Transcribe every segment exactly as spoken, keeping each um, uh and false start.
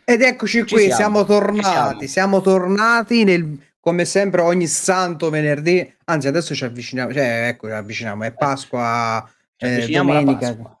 Ed eccoci Ci qui, siamo, siamo ci tornati, siamo. siamo tornati nel come sempre ogni santo venerdì, anzi adesso ci avviciniamo, cioè ecco ci avviciniamo, è Eh, Pasqua, ci ehm, avviciniamo alla domenica, Pasqua.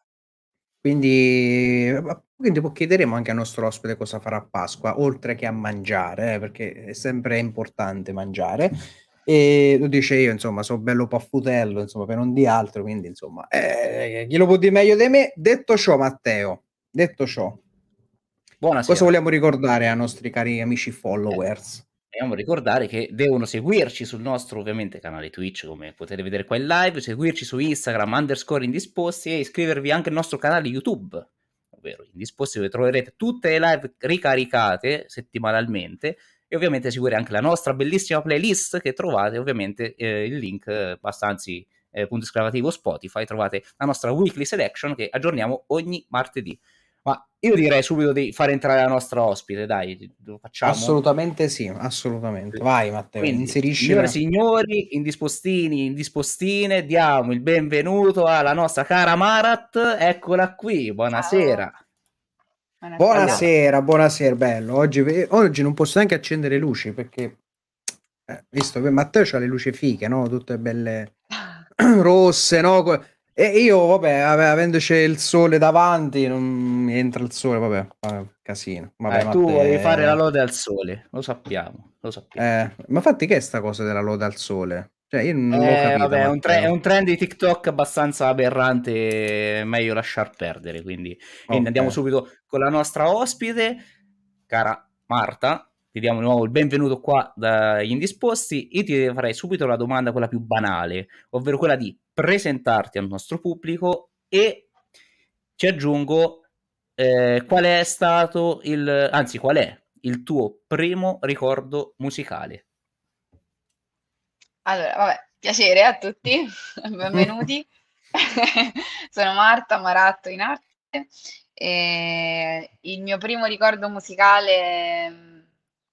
quindi a quindi poi chiederemo anche al nostro ospite cosa farà a Pasqua, oltre che a mangiare, eh, perché è sempre importante mangiare. E lo dice io insomma, so' bello paffutello, insomma, per non dì altro, quindi insomma, ehm, chi lo può dì meglio de me. Detto ciò Matteo, detto ciò cosa Buonasera. vogliamo ricordare ai nostri cari amici Eh, followers? vogliamo ricordare che devono seguirci sul nostro, ovviamente, canale Twitch, come potete vedere qua in live, seguirci su Instagram underscore indisposti e iscrivervi anche al nostro canale YouTube, ovvero Indisposti, dove troverete tutte le live ricaricate settimanalmente e ovviamente seguire anche la nostra bellissima playlist che trovate ovviamente eh, il link, eh, basta anzi eh, punto esclamativo Spotify, trovate la nostra weekly selection che aggiorniamo ogni martedì. Ma io direi subito di fare entrare la nostra ospite, dai, lo facciamo? Assolutamente sì, assolutamente. Vai Matteo, Quindi, signore e inseriscila. signori, indispostini, indispostine, diamo il benvenuto alla nostra cara Marat, eccola qui, Ciao, buonasera. buonasera. Allora, Buonasera, buonasera, bello. Oggi ve oggi non posso neanche accendere luci perché, eh, visto che Matteo c'ha le luci fighe, no, tutte belle rosse, no, co e io vabbè, ave avendoci il sole davanti, non mi entra il sole, vabbè, fa casino. Vabbè eh, tu volevi fare la Matte lode al sole, lo sappiamo, lo sappiamo. eh, ma infatti che è 'sta cosa della lode al sole? Cioè io non l'ho Eh, capita vabbè, è un, tre- è Matteo. un trend di TikTok abbastanza aberrante, meglio lasciar perdere, quindi, quindi andiamo Okay. subito con la nostra ospite, cara Marta, ti diamo di nuovo il benvenuto qua dagli Indisposti. Io ti farei subito la domanda, quella più banale, ovvero quella di presentarti al nostro pubblico e ci aggiungo eh, qual è stato il, anzi qual è il tuo primo ricordo musicale. Allora, vabbè, piacere a tutti, benvenuti. Sono Marta Maratto in arte e il mio primo ricordo musicale, mh,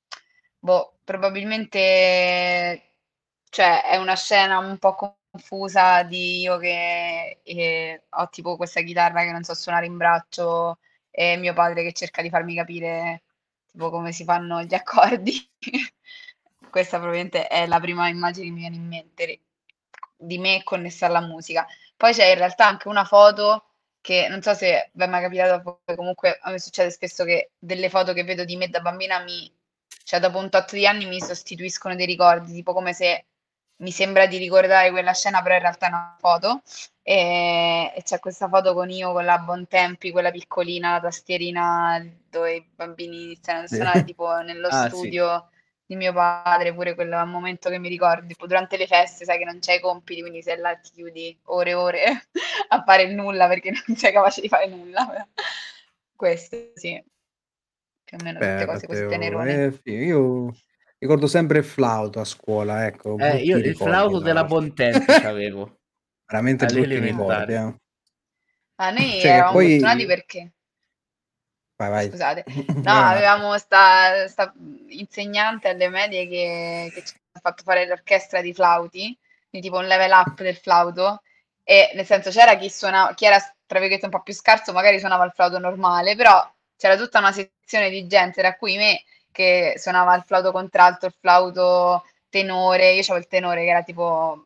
boh, probabilmente, cioè, è una scena un po' confusa di io che eh, ho tipo questa chitarra che non so suonare in braccio e mio padre che cerca di farmi capire tipo come si fanno gli accordi. Questa probabilmente è la prima immagine che mi viene in mente ri- di me connessa alla musica. Poi c'è in realtà anche una foto che non so se vi è mai capitato, a voi, comunque a me succede spesso che delle foto che vedo di me da bambina mi, cioè dopo un tot di anni mi sostituiscono dei ricordi, tipo come se mi sembra di ricordare quella scena, però in realtà è una foto. E, e c'è questa foto con io con la Bontempi, quella piccolina, la tastierina dove i bambini iniziano a Sì. suonare tipo nello Ah sì, studio di mio padre, pure quel momento che mi ricordo, tipo durante le feste, sai che non c'hai i compiti, quindi sei là ti chiudi ore e ore a fare il nulla perché non sei capace di fare nulla. Questo sì, più o meno tutte Beh, cose così Matteo, tenerone. eh sì, io ricordo sempre il flauto a scuola, ecco, eh, io brutti il ricordi flauto tra della l'altro. Bontempi c'avevo Veramente alle brutti ricordi, elementari. eh. Ah, noi Cioè che eravamo fortunati poi perché vai, vai. scusate. No, Vai Marta. avevamo sta, sta insegnante alle medie che, che ci ha fatto fare l'orchestra di flauti, quindi tipo un level up del flauto, e nel senso c'era chi suonava, chi era tra virgolette un po' più scarso, magari suonava il flauto normale, però c'era tutta una sezione di gente, tra cui me, che suonava il flauto contralto, il flauto tenore, io avevo il tenore che era tipo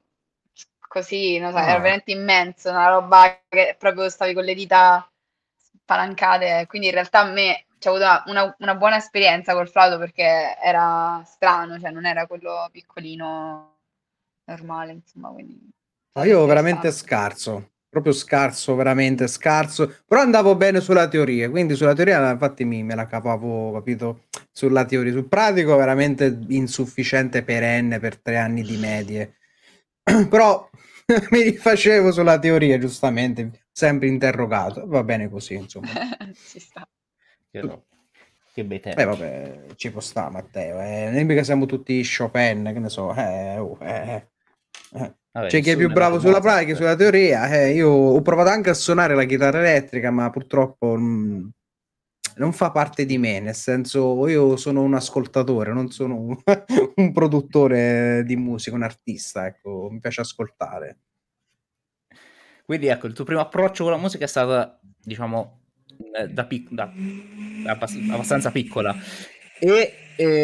così, non so, era Ah, veramente immenso, una roba che proprio stavi con le dita spalancate, quindi in realtà a me c'è avuto una, una buona esperienza col flauto perché era strano, cioè non era quello piccolino normale, insomma, quindi è no, stato io veramente interessante. scarso, proprio scarso, veramente scarso, però andavo bene sulla teoria, quindi sulla teoria infatti mi me la cavavo, capito, sulla teoria. Sul pratico veramente insufficiente perenne per tre anni di medie. Però mi rifacevo sulla teoria, giustamente, sempre interrogato. Va bene così, insomma. Ci sta. Che roba, che bei Eh tempi. vabbè, ci può sta Matteo, eh, non è mica siamo tutti Chopin, che ne so, eh, oh, eh, eh. Vabbè, C'è chi è più nessuno è bravo proprio sulla pratica che Mozart. sulla teoria, eh, io ho provato anche a suonare la chitarra elettrica, ma purtroppo mm, non fa parte di me, nel senso io sono un ascoltatore, non sono un, un produttore di musica, un artista, ecco, mi piace ascoltare. Quindi ecco, il tuo primo approccio con la musica è stato, diciamo, eh, da, pic- da abbass- abbastanza piccola. E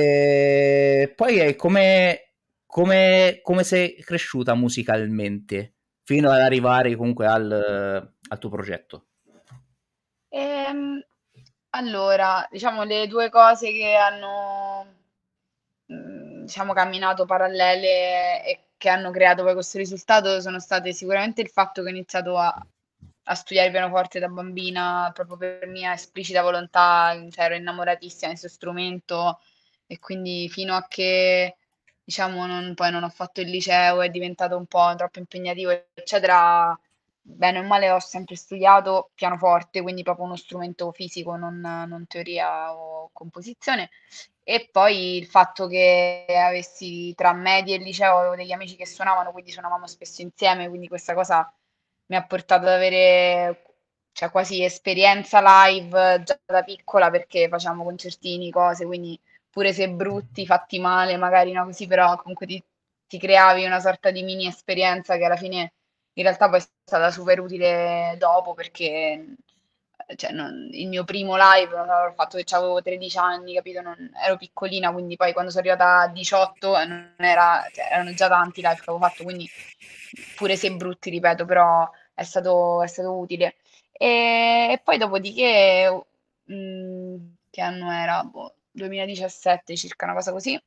eh, poi è come, come, come sei cresciuta musicalmente fino ad arrivare comunque al, al tuo progetto? Ehm, allora, diciamo le due cose che hanno, mh, diciamo, camminato parallele e che hanno creato poi questo risultato sono state sicuramente il fatto che ho iniziato a, a studiare pianoforte da bambina proprio per mia esplicita volontà, cioè ero innamoratissima di questo strumento e quindi fino a che, diciamo, non, poi non ho fatto il liceo, è diventato un po' troppo impegnativo, eccetera. Bene o male ho sempre studiato pianoforte, quindi proprio uno strumento fisico, non, non teoria o composizione. E poi il fatto che avessi tra medie e liceo avevo degli amici che suonavano, quindi suonavamo spesso insieme, quindi questa cosa mi ha portato ad avere, cioè, quasi esperienza live già da piccola perché facciamo concertini, cose, quindi pure se brutti, fatti male, magari no così, però comunque ti, ti creavi una sorta di mini esperienza che alla fine in realtà poi è stata super utile dopo perché cioè, non- il mio primo live l'ho fatto che avevo tredici anni, capito? Non- ero piccolina, quindi poi quando sono arrivata a diciotto eh, non era, cioè, erano già tanti live che avevo fatto, quindi pure se brutti, ripeto, però è stato, è stato utile. E, e poi dopodiché, mh, che anno era? Boh, duemiladiciassette circa, una cosa così.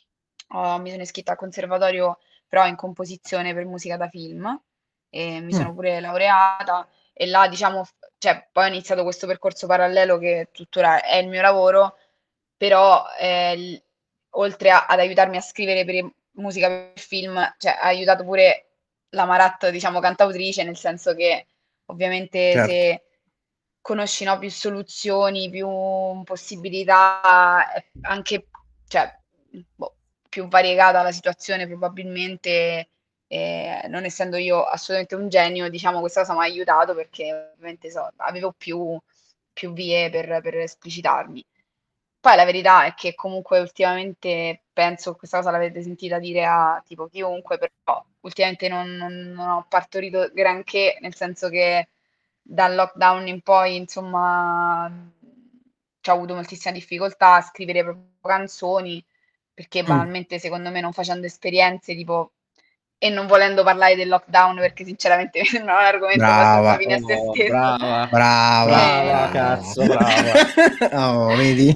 Ho- mi sono iscritta al conservatorio però in composizione per musica da film e mi sono Mm, pure laureata e là diciamo, f- cioè poi ho iniziato questo percorso parallelo che tuttora è il mio lavoro, però eh, l- oltre a- ad aiutarmi a scrivere per musica per film, cioè ha aiutato pure la Marat, diciamo, cantautrice, nel senso che ovviamente certo. se conosci, no, più soluzioni, più possibilità, è anche, cioè, boh, più variegata la situazione probabilmente, eh, non essendo io assolutamente un genio, diciamo, questa cosa mi ha aiutato perché ovviamente so, avevo più, più vie per, per esplicitarmi. Poi la verità è che comunque ultimamente penso che questa cosa l'avete sentita dire a tipo chiunque, però ultimamente non, non- non ho partorito granché, nel senso che dal lockdown in poi, insomma, ci ho avuto moltissima difficoltà a scrivere proprio canzoni, perché Mm. banalmente secondo me non facendo esperienze tipo e non volendo parlare del lockdown perché sinceramente non è un argomento abbastanza Brava, fine a se Oh, stesso. brava, brava, brava, Eh, brava. cazzo, brava. Oh, vedi?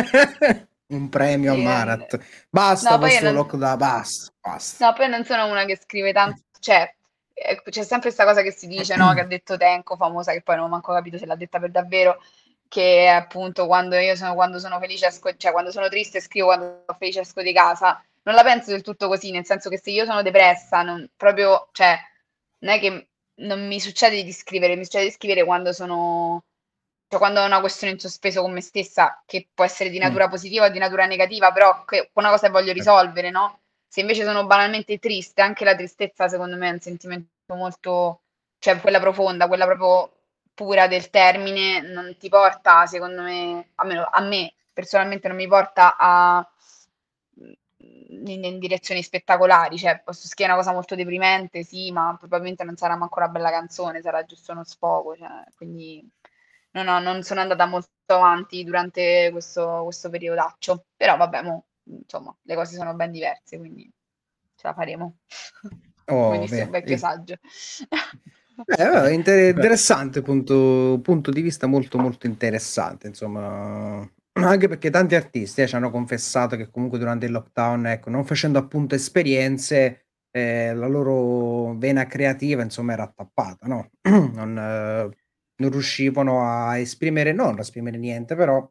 Un premio a sì, non- Marat. Basta no, poi io questo non, lockdown, basta, basta. no, poi non sono una che scrive tanto, cioè, eh, c'è sempre questa cosa che si dice, no, che ha detto Tenco, famosa, che poi non ho manco capito se l'ha detta per davvero, che appunto quando io sono, quando sono felice, esco, cioè quando sono triste scrivo, quando sono felice esco di casa. Non la penso del tutto così, nel senso che se io sono depressa, non, proprio, cioè, non è che non mi succede di scrivere, mi succede di scrivere quando sono, cioè quando ho una questione in sospeso con me stessa, che può essere di Mm, natura positiva o di natura negativa, però che una cosa che voglio certo. risolvere, no? Se invece sono banalmente triste, anche la tristezza secondo me è un sentimento molto, cioè quella profonda, quella proprio pura del termine, non ti porta, secondo me, almeno a me personalmente non mi porta a in, in direzioni spettacolari, cioè posso scrivere una cosa molto deprimente, sì, ma probabilmente non sarà manco una bella canzone, sarà giusto uno sfogo, cioè, quindi no, no, non sono andata molto avanti durante questo, questo periodaccio, però vabbè, mo, insomma, le cose sono ben diverse, quindi ce la faremo, come Oh, disse un beh, vecchio eh, saggio. vabbè, inter- Beh, interessante punto, punto di vista molto molto interessante, insomma, anche perché tanti artisti eh, ci hanno confessato che comunque durante il lockdown, ecco, non facendo appunto esperienze, eh, la loro vena creativa, insomma, era tappata, no? Non, eh, non riuscivano a esprimere, no, non a esprimere niente, però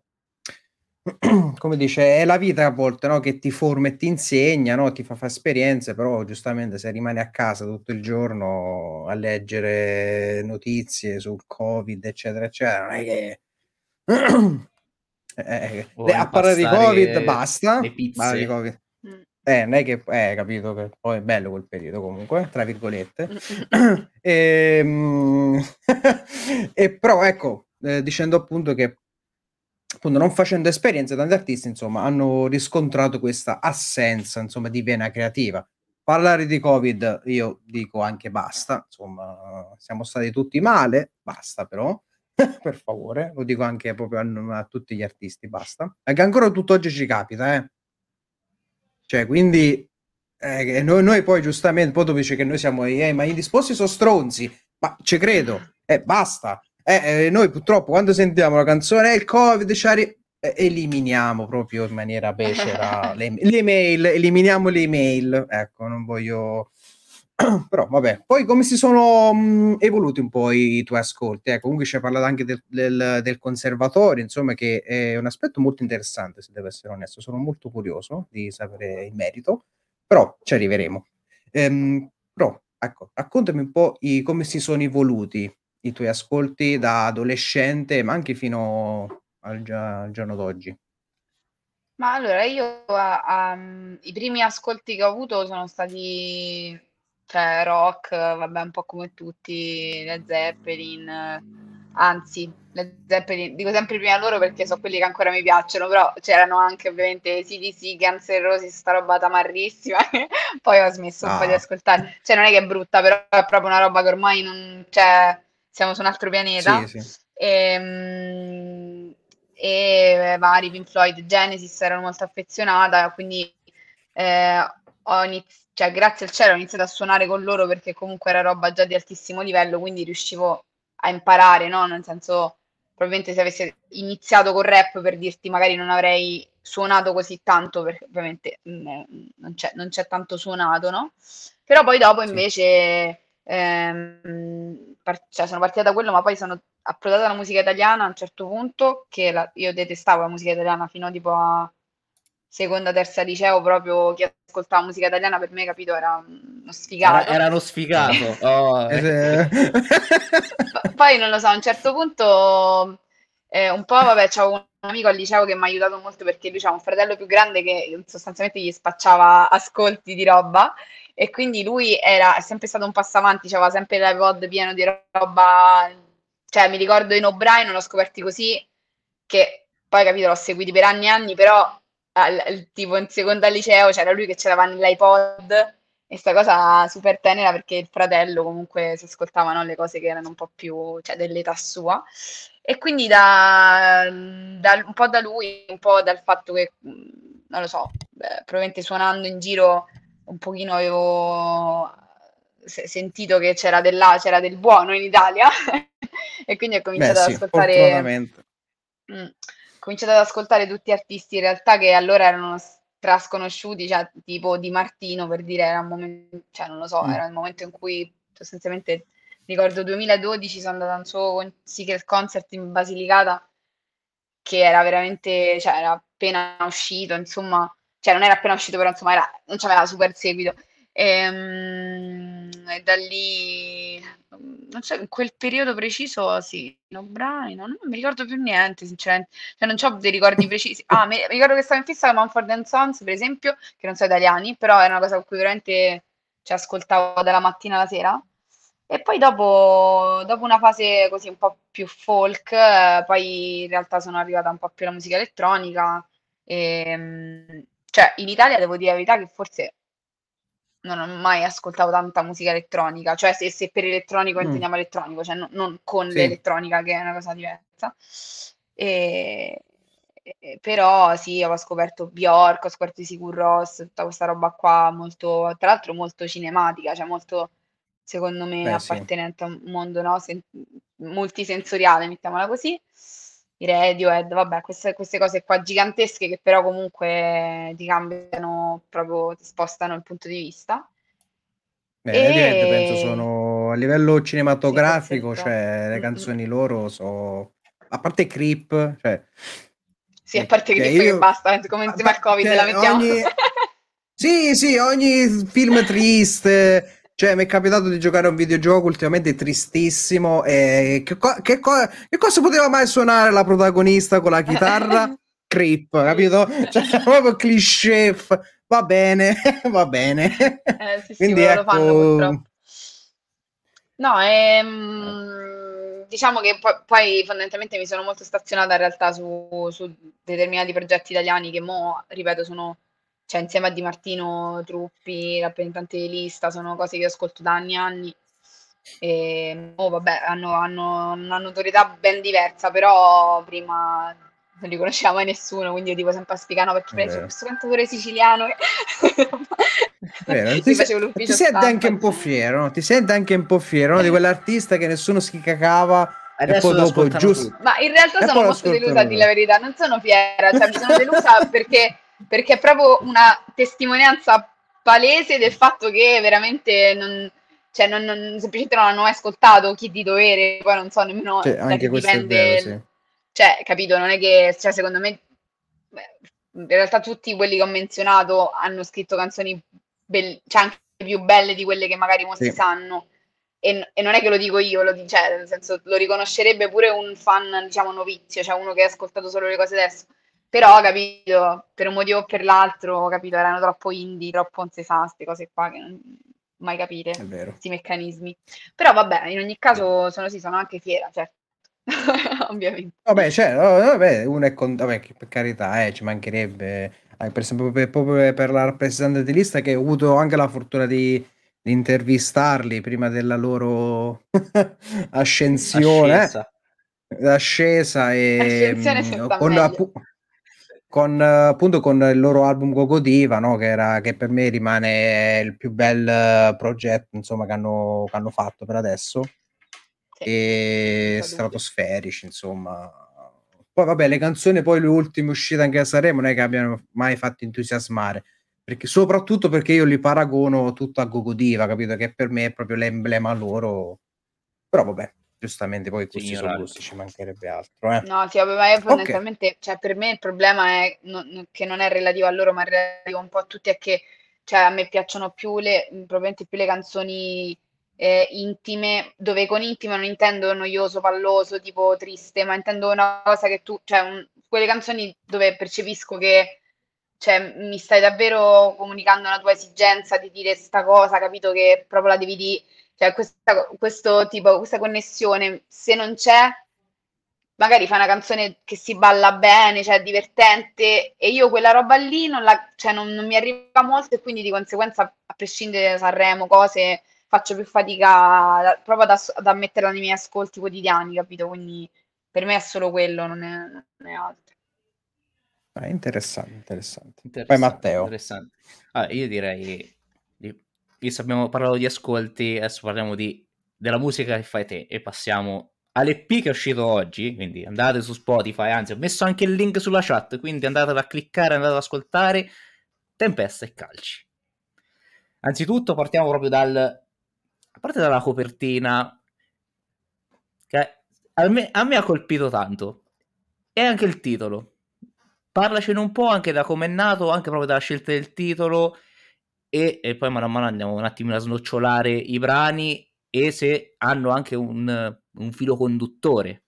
come dice, è la vita a volte, no, che ti forma e ti insegna, no, ti fa fa esperienze, però giustamente se rimani a casa tutto il giorno a leggere notizie sul Covid, eccetera, eccetera, non è che eh, eh, o a parlare di Covid impastare le basta, parla di pizze. Covid. Mm. Eh, non è che eh, capito che poi è bello quel periodo comunque, tra virgolette. Mm, mm, mm. Ehm, e però ecco, ehm, dicendo appunto che appunto non facendo esperienze tanti artisti insomma hanno riscontrato questa assenza insomma di vena creativa. Parlare di Covid io dico anche basta, insomma siamo stati tutti male, basta però. Per favore, lo dico anche proprio a n a tutti gli artisti, basta. Perché ancora tutt'oggi ci capita, eh. Cioè quindi, eh, che noi noi poi giustamente poi dopo dice che noi siamo i eh, ma i disposti so stronzi, ma ci credo, eh, basta. Eh, eh, noi purtroppo quando sentiamo la canzone: "Eh, il Covid ci ha ri" e eliminiamo proprio in maniera becera le e le email, eliminiamo le email. Ecco, non voglio però vabbè. Poi come si sono, mhmm, evoluti un po' i tuoi ascolti? Ecco, comunque ci hai parlato anche del del del conservatorio, insomma, che è un aspetto molto interessante, se devo essere onesto. Sono molto curioso di sapere in merito, però ci arriveremo. Ehm, però, ecco, raccontami un po' i come si sono evoluti i tuoi ascolti da adolescente, ma anche fino al gia al giorno d'oggi. Ma allora io a a mhmm, i primi ascolti che ho avuto sono stati cioè rock, vabbè un po' come tutti, Led Zeppelin, anzi, Led Zeppelin dico sempre prima loro perché so quelli che ancora mi piacciono, però c'erano anche ovviamente A C D C, Guns N' Roses, sta roba tamarrissima che poi ho smesso un po' di Ah, ascoltare. Cioè non è che è brutta, però è proprio una roba che ormai non cioè siamo su un altro sì, pianeta. sì. Ehm, e vari Pink Floyd, Genesis ero molto affezionata, quindi eh, ho iniz- cioè, grazie al cielo ho iniziato a suonare con loro perché comunque era roba già di altissimo livello, quindi riuscivo a imparare, no? Nel senso, probabilmente se avessi iniziato con rap per dirti magari non avrei suonato così tanto, perché ovviamente mm, non c'è, non c'è tanto suonato, no? Però poi dopo Sì. invece ehm, par- cioè, sono partita da quello, ma poi sono approdata alla musica italiana a un certo punto, che la- io detestavo la musica italiana fino tipo a seconda, terza liceo, proprio chi ascoltava musica italiana per me, capito, era uno Era, sfigato. era uno Ah. sfigato. Oh, Es ecco. P- Poi non lo so, a un certo punto eh, un po', vabbè, c'avevo un amico al liceo che mi ha aiutato molto perché lui ha un fratello più grande che sostanzialmente gli spacciava ascolti di roba e quindi lui era è sempre stato un passo avanti, aveva sempre l'iPod pieno di roba, cioè mi ricordo in O'Brien l'ho scoperti così che poi capito l'ho seguiti per anni e anni, però al- al- tipo in seconda al liceo c'era lui che ce l'aveva nell'iPod e sta cosa super tenera perché il fratello comunque si ascoltavano le cose che erano un po' più, cioè dell'età sua. E quindi da, da- un po' da lui, un po' dal fatto che, mh, non lo so, beh, probabilmente suonando in giro un pochino avevo se- sentito che c'era della- c'era del buono in Italia e quindi ho Beh cominciato ad sì, ascoltare, fortunatamente. mm, ho cominciato ad ascoltare tutti artisti in realtà che allora erano stra sconosciuti, cioè tipo Di Martino per dire, era un momento, cioè non lo so, Mh. era il momento in cui sostanzialmente ricordo duemiladodici sono andata a un suo con- secret concert in Basilicata che era veramente, cioè era appena uscito, insomma, cioè non era appena uscito, però insomma era, non c'aveva super seguito. Ehm, E, da lì, non so, in quel periodo preciso, sì, no, Brian, non, non mi ricordo più niente, sinceramente, cioè non ho dei ricordi precisi. Ah, mi, mi ricordo che stavo in fissa con Mumford and Sons, per esempio, che non sono italiani, però era una cosa con cui veramente ci ascoltavo dalla mattina alla sera. E poi dopo, dopo una fase così un po' più folk, eh, poi in realtà sono arrivata un po' più alla musica elettronica. E, mm, cioè, in Italia devo dire la verità che forse non ho mai ascoltato tanta musica elettronica, cioè se, se per elettronico Mh, intendiamo elettronico, cioè no- non con sì. l'elettronica che è una cosa diversa. E, e- però sì, ho scoperto Bjork, ho scoperto i Sigur Rós, tutta questa roba qua molto, tra l'altro molto cinematica, cioè molto, secondo me, Beh sì. appartenente a un mondo, no, sen- multisensoriale, mettiamola così. I Radiohead, vabbè, queste, queste cose qua gigantesche che però comunque ti cambiano proprio, ti spostano il punto di vista. Beh, Radiohead penso E sono a livello sì, cinematografico, pazzesco. cioè le Mm, mm. canzoni loro so a parte Creep, cioè Sì, a e parte cioè Grip che io basta, come pa insieme al pa Covid la cioè mettiamo. ogni sì, sì, ogni film triste, cioè mi è capitato di giocare a un videogioco ultimamente tristissimo e che, co- che, co- che cosa poteva mai suonare la protagonista con la chitarra? Creep, capito? Cioè proprio cliché, f- va bene, va bene. Eh, sì, sì, Quindi lo, lo fanno ecco, purtroppo. No, ehm, diciamo che poi, poi fondamentalmente mi sono molto stazionata in realtà su, su determinati progetti italiani che mo, ripeto, sono, cioè insieme a Di Martino, Truppi, rappresentanti di lista, sono cose che ascolto da anni e anni. E oh, vabbè, hanno, hanno una notorietà ben diversa, però prima non li conosceva mai nessuno, quindi io dico sempre a spiegare, no, perché È prima c'è vero. questo cantatore siciliano che È vero. Ti, gli se- facevo ti l'ufficio senti anche stampa. un po' fiero, no? Ti senti anche un po' fiero, no? Di quell'artista che nessuno si cacava e poi Adesso lo dopo ascoltano giusto... tutti. Ma in realtà E sono poi lo molto delusa, a ascoltano dire la tutti. verità, non sono fiera, cioè sono delusa perché, perché è proprio una testimonianza palese del fatto che veramente non, cioè non, non- semplicemente non hanno mai ascoltato Chi di dovere, poi non so nemmeno Cioè, da anche chi questo è vero, dipende, sì. il- cioè, capito, non è che, cioè, secondo me, beh, in realtà tutti quelli che ho menzionato hanno scritto canzoni bell- cioè anche più belle di quelle che magari molti Sì, sanno. E, e non è che lo dico io, lo dice, cioè, nel senso lo riconoscerebbe pure un fan, diciamo, novizio, cioè uno che ha ascoltato solo le cose adesso. Però, capito, per un motivo o per l'altro, capito, erano troppo indie, troppo non si sa, queste cose qua che non mai capite, è vero. questi meccanismi. Però vabbè, in ogni Sì. caso sono sì, sono anche fiera, certo. Ovviamente. Vabbè, cioè, oh, vabbè, uno è con... vabbè, che per carità, eh, ci mancherebbe, eh, per esempio, per, proprio per la rappresentante di lista che ho avuto anche la fortuna di, di intervistarli prima della loro ascensione, Ascesa. eh, ascesa e Ascensione se mh, sta con, meglio. appu- con, eh, appunto con il loro album Gogo Diva, no? Che era, che per me rimane il più bel eh, progetto, insomma, che hanno, che hanno fatto per adesso Sì, e senza dubbio. stratosferici, insomma. Poi vabbè, le canzoni, poi le ultime uscite anche a Sanremo non è che abbiano mai fatto entusiasmare, perché, soprattutto perché io li paragono tutto a Gogo Diva, capito? Che per me è proprio l'emblema loro. Però vabbè, giustamente poi Sì, gusti sono ignorare. gusti, ci mancherebbe altro, eh. No, sì, vabbè, ma io Ok, fondamentalmente, cioè per me il problema è non- non- che non è relativo a loro, ma è relativo un po' a tutti, è che cioè, a me piacciono più le, mh, probabilmente più le canzoni eh, intime, dove con intime non intendo noioso, palloso, tipo triste, ma intendo una cosa che tu, cioè un- quelle canzoni dove percepisco che cioè, mi stai davvero comunicando una tua esigenza di dire sta cosa, capito che proprio la devi dire, cioè questa, questo tipo, questa connessione, se non c'è magari fai una canzone che si balla bene, cioè è divertente, e io quella roba lì non, la, cioè non, non mi arriva molto e quindi di conseguenza, a prescindere da Sanremo, cose, faccio più fatica da- proprio ad, ass- ad ammetterla nei miei ascolti quotidiani, capito? Quindi per me è solo quello, non è, non è altro. ah, interessante, interessante. Poi Interessante, Matteo. interessante. Ah, io direi, di- visto che abbiamo parlato di ascolti, adesso parliamo di, della musica che fai te e passiamo all'E P che è uscito oggi, quindi andate su Spotify, anzi ho messo anche il link sulla chat, quindi andate a cliccare, andate ad ascoltare Tempesta e Calci. Anzitutto partiamo proprio dal, a parte dalla copertina, che a me, a me ha colpito tanto, e anche il titolo. Parlacene un po' anche da come è nato, anche proprio dalla scelta del titolo e, e poi mano a mano andiamo un attimino a snocciolare i brani e se hanno anche un, un filo conduttore.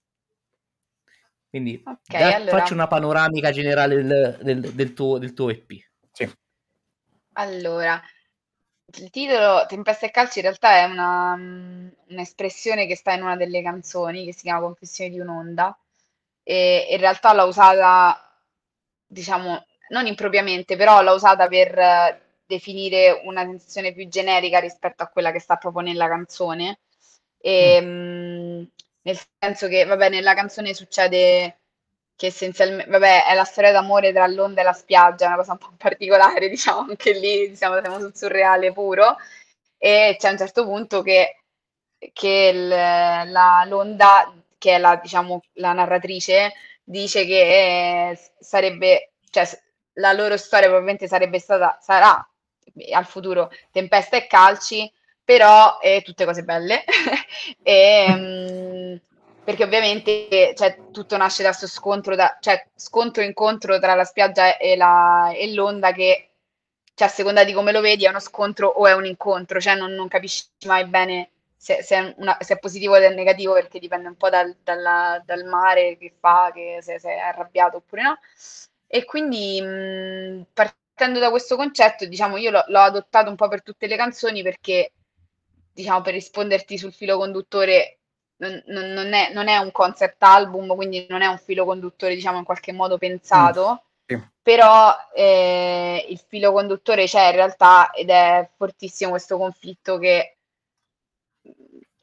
Quindi Ok, da- faccio allora, una panoramica generale del, del- del tuo, del tuo E P. Sì. allora, il titolo Tempesta e Calci in realtà è una, mm, un'espressione che sta in una delle canzoni che si chiama Confessione di un'onda e in realtà l'ho usata, diciamo, non impropriamente, però l'ho usata per eh, definire una sensazione più generica rispetto a quella che sta proprio nella canzone. Mm. E, mm, nel senso che, vabbè, nella canzone succede che essenzialmente, vabbè, è la storia d'amore tra l'onda e la spiaggia, è una cosa un po' particolare, diciamo, anche lì diciamo, siamo sul surreale puro, e c'è un certo punto che, che il- la, l'onda, che è la, diciamo, la narratrice, dice che eh, sarebbe, cioè, s- la loro storia probabilmente sarebbe stata, sarà eh, al futuro tempesta e calci, però eh, tutte cose belle. E, mm, perché ovviamente cioè, tutto nasce da questo scontro, da, cioè scontro-incontro tra la spiaggia e, la, e l'onda che, cioè, a seconda di come lo vedi, è uno scontro o è un incontro, cioè non, non capisci mai bene se, se è una- se è positivo o è negativo perché dipende un po' dal, dalla- dal mare che fa, che se, se è arrabbiato oppure no. E quindi mh, partendo da questo concetto, diciamo, io l'ho l'ho adottato un po' per tutte le canzoni perché, diciamo, per risponderti sul filo conduttore, non, non- non è, non è un concept album, quindi non è un filo conduttore, diciamo, in qualche modo Mm. pensato, Sì. però eh, il filo conduttore c'è in realtà ed è fortissimo questo conflitto che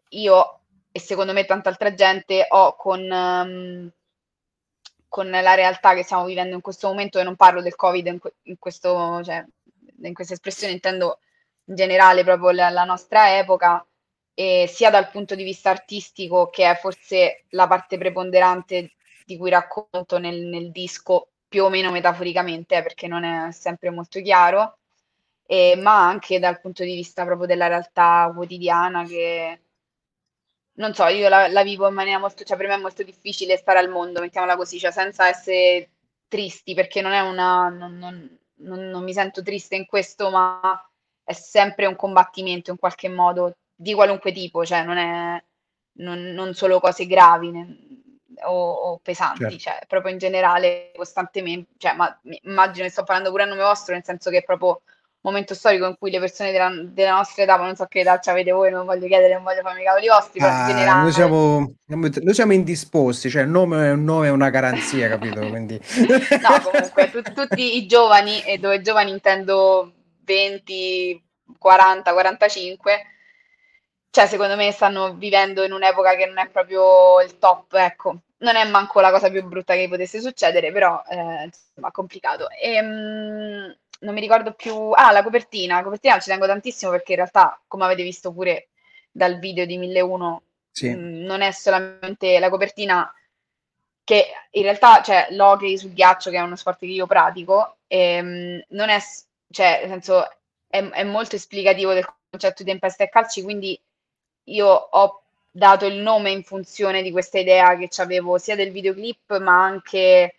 io e secondo me tanta altra gente ho con, ehm, con la realtà che stiamo vivendo in questo momento, e non parlo del Covid in, que- in questo, cioè, in questa espressione, intendo in generale proprio la, la nostra epoca, e sia dal punto di vista artistico, che è forse la parte preponderante di cui racconto nel, nel disco, più o meno metaforicamente, eh, perché non è sempre molto chiaro, e- ma anche dal punto di vista proprio della realtà quotidiana che non so, io la, la vivo in maniera molto, cioè per me è molto difficile stare al mondo, mettiamola così, cioè senza essere tristi, perché non è una, non, non- non- non mi sento triste in questo, ma è sempre un combattimento in qualche modo, di qualunque tipo, cioè non è, non, non solo cose gravi ne- o, o pesanti, Certo. cioè proprio in generale, costantemente, cioè, ma mi- immagino che sto parlando pure a nome vostro, nel senso che è proprio momento storico in cui le persone della, della nostra età, ma non so che età avete voi, non voglio chiedere, non voglio farmi i cavoli vostri, però in Ah, noi generale. siamo, noi siamo indisposti, cioè il nome, un nome è una garanzia, capito? Quindi... No, comunque, tu- tutti i giovani, e dove giovani intendo venti, quaranta, quarantacinque, cioè secondo me stanno vivendo in un'epoca che non è proprio il top, ecco. Non è manco la cosa più brutta che potesse succedere, però eh, insomma, complicato. E, mm, non mi ricordo più. Ah, la copertina. La copertina ci tengo tantissimo perché in realtà, come avete visto pure dal video di mille e uno, Sì, mh, non è solamente la copertina, che in realtà, cioè, l'hockey sul ghiaccio, che è uno sport che io pratico, ehm, non è, s- cioè, nel senso, è, è molto esplicativo del concetto di tempesta e calci, quindi io ho dato il nome in funzione di questa idea che avevo sia del videoclip, ma anche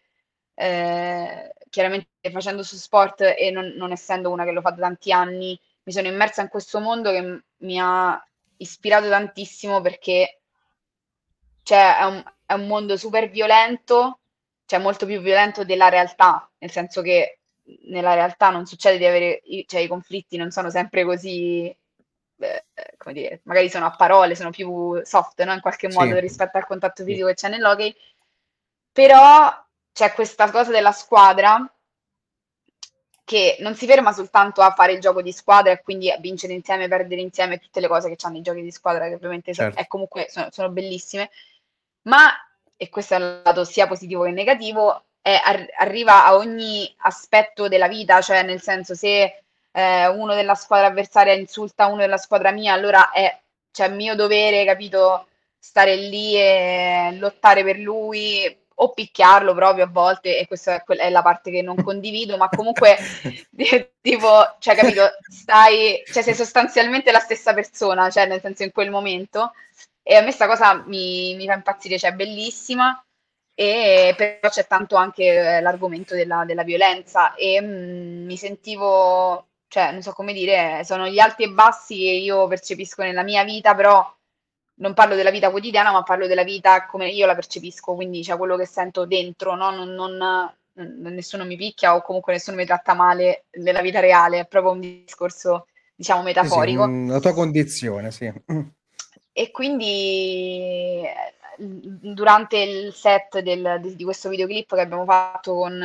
eh, chiaramente facendo su sport e non, non essendo una che lo fa da tanti anni, mi sono immersa in questo mondo che m- mi ha ispirato tantissimo perché cioè, è un, è un mondo super violento, cioè molto più violento della realtà, nel senso che nella realtà non succede di avere, i- cioè i conflitti non sono sempre così, eh, come dire, magari sono a parole, sono più soft, no? In qualche sì, modo rispetto al contatto fisico che c'è nell'hockey, però c'è questa cosa della squadra che non si ferma soltanto a fare il gioco di squadra e quindi a vincere insieme, perdere insieme, tutte le cose che hanno i giochi di squadra, che ovviamente so- certo. è comunque sono, sono bellissime, ma, e questo è un lato sia positivo che negativo, è- ar- arriva a ogni aspetto della vita, cioè nel senso se eh, uno della squadra avversaria insulta uno della squadra mia, allora è, cioè, mio dovere, capito, stare lì e lottare per lui o picchiarlo proprio a volte, e questa è, que- è la parte che non condivido, ma comunque tipo, cioè, capito, stai, cioè sei sostanzialmente la stessa persona, cioè nel senso in quel momento, e a me sta cosa mi, mi fa impazzire, cioè è bellissima, e però c'è tanto anche eh, l'argomento della, della violenza e mm, mi sentivo, cioè non so come dire, sono gli alti e bassi che io percepisco nella mia vita, però non parlo della vita quotidiana, ma parlo della vita come io la percepisco, quindi cioè quello che sento dentro, no? Non, non- non- nessuno mi picchia o comunque nessuno mi tratta male nella vita reale, è proprio un discorso, diciamo, Sì, sì, metaforico. mm, la tua condizione, sì. E quindi eh, durante il set del- di, di questo videoclip che abbiamo fatto con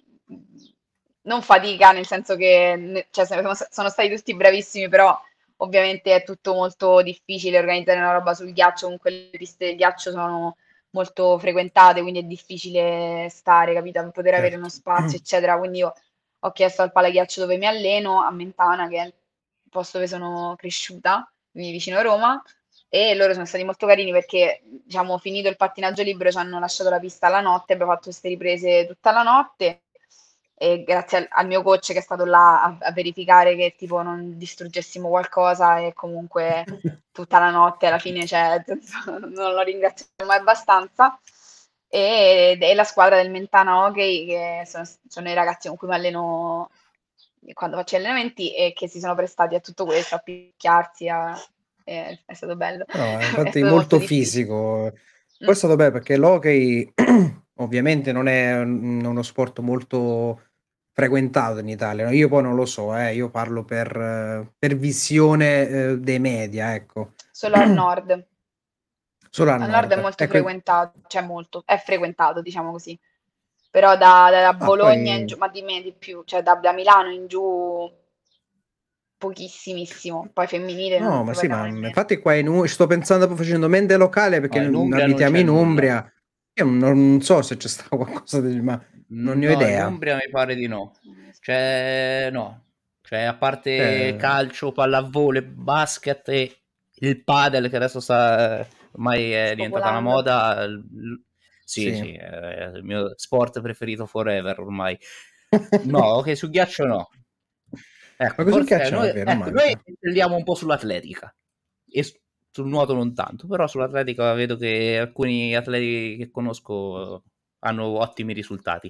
non fatica, nel senso che ne- cioè, siamo- sono stati tutti bravissimi, però ovviamente è tutto molto difficile organizzare una roba sul ghiaccio, comunque le piste del ghiaccio sono molto frequentate, quindi è difficile stare, capito, poter avere uno Certo. spazio, eccetera. Quindi io ho chiesto al palaghiaccio dove mi alleno, a Mentana, che è il posto dove sono cresciuta, quindi vicino a Roma, e loro sono stati molto carini perché, diciamo, finito il pattinaggio libero, ci hanno lasciato la pista la notte, abbiamo fatto queste riprese tutta la notte e grazie al, al mio coach che è stato là a, a verificare che tipo non distruggessimo qualcosa e comunque tutta la notte alla fine, cioè, non lo ringrazio mai abbastanza. E, e la squadra del Mentana Hockey, che sono, sono i ragazzi con cui mi alleno quando faccio gli allenamenti e che si sono prestati a tutto questo, a picchiarsi, a- e è stato bello, No, è infatti stato molto molto difficile. fisico. Poi Mm. è stato bello perché l'hockey ovviamente non è un- uno sport molto frequentato in Italia, no? Io poi non lo so, eh, io parlo per, eh, per visione, eh, dei media, ecco. Solo al nord. Solo al Al nord è nord. molto Ecco, frequentato, cioè molto, è frequentato, diciamo così. Però da, da ah, Bologna in poi giù, ma di me di più, cioè da, da Milano in giù pochissimissimo, poi femminile No, non ma ne sì, parliamo ma nemmeno. infatti qua in U sto pensando proprio facendo mente locale No, perché in n Umbria non abitiamo c'è in nulla. Umbria. Io non non so se c'è sta qualcosa del ma non ne ho No, in idea. Umbria mi pare di no. Non lo so. Cioè, no. Cioè, a parte Cioè, calcio, pallavolo, e basket e il padel, che adesso sta, ormai è diventata una Spopolando. moda. l- Sì, sì. sì, è il mio sport preferito forever ormai. No, che su ghiaccio no. Ma Ecco, così forse eh, ghiaccio noi, davvero, ecco, noi manca. tendiamo un po' sull'atletica e s- sul nuoto non tanto, però sull'atletica vedo che alcuni atleti che conosco hanno ottimi risultati.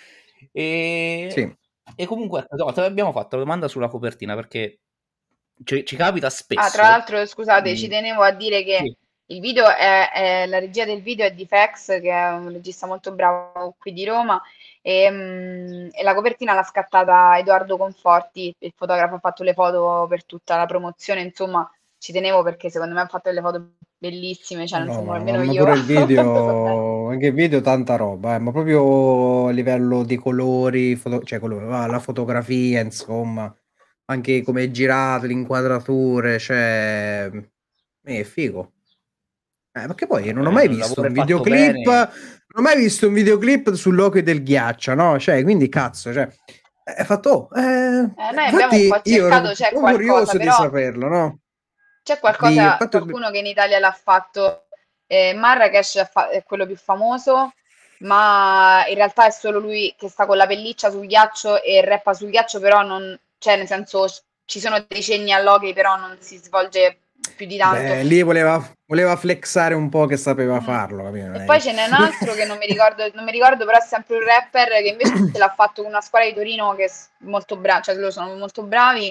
E, Sì. e comunque, ecco, no, te abbiamo fatto la domanda sulla copertina perché ci, ci capita Ah, tra spesso. l'altro, scusate, ci mh, tenevo a dire che sì, il video è, è- la regia del video è di Fex, che è un regista molto bravo qui di Roma, e, mm, e la copertina l'ha scattata Edoardo Conforti, il fotografo ha fatto le foto per tutta la promozione, insomma, ci tenevo perché secondo me ha fatto delle foto bellissime, cioè No, nel no, senso ma ma almeno ma io pure il l'ho presa bene. video anche il video tanta roba, eh, ma proprio a livello di colori, foto cioè colori, va la fotografia insomma, anche come è girato, le inquadrature, cioè, mhmm, è figo. Eh, perché poi non ho eh, mai il visto lavoro un è fatto videoclip bene. non ho mai visto un videoclip sull'Hockey del ghiaccio, no, cioè quindi cazzo, cioè, eh, hai fatto oh, ehm, Eh, noi abbiamo un infatti po' io ero cercato, c'è proprio qualcosa, curioso di però saperlo, no, c'è di qualcosa, infatti qualcuno che in Italia l'ha fatto, eh, Marrakesh è fa- è quello più famoso, ma in realtà è solo lui che sta con la pelliccia sul ghiaccio e rappa sul ghiaccio, però non, cioè nel senso ci sono dei cenni all'hockey, però non si svolge più di tanto. beh, lì voleva voleva flexare un po' che sapeva Mm. farlo, capito? Non E è poi che ce n'è un altro che non mi ricordo, non mi ricordo, però è sempre un rapper che invece l'ha fatto con una squadra di Torino che è s- molto brava, cioè loro sono molto bravi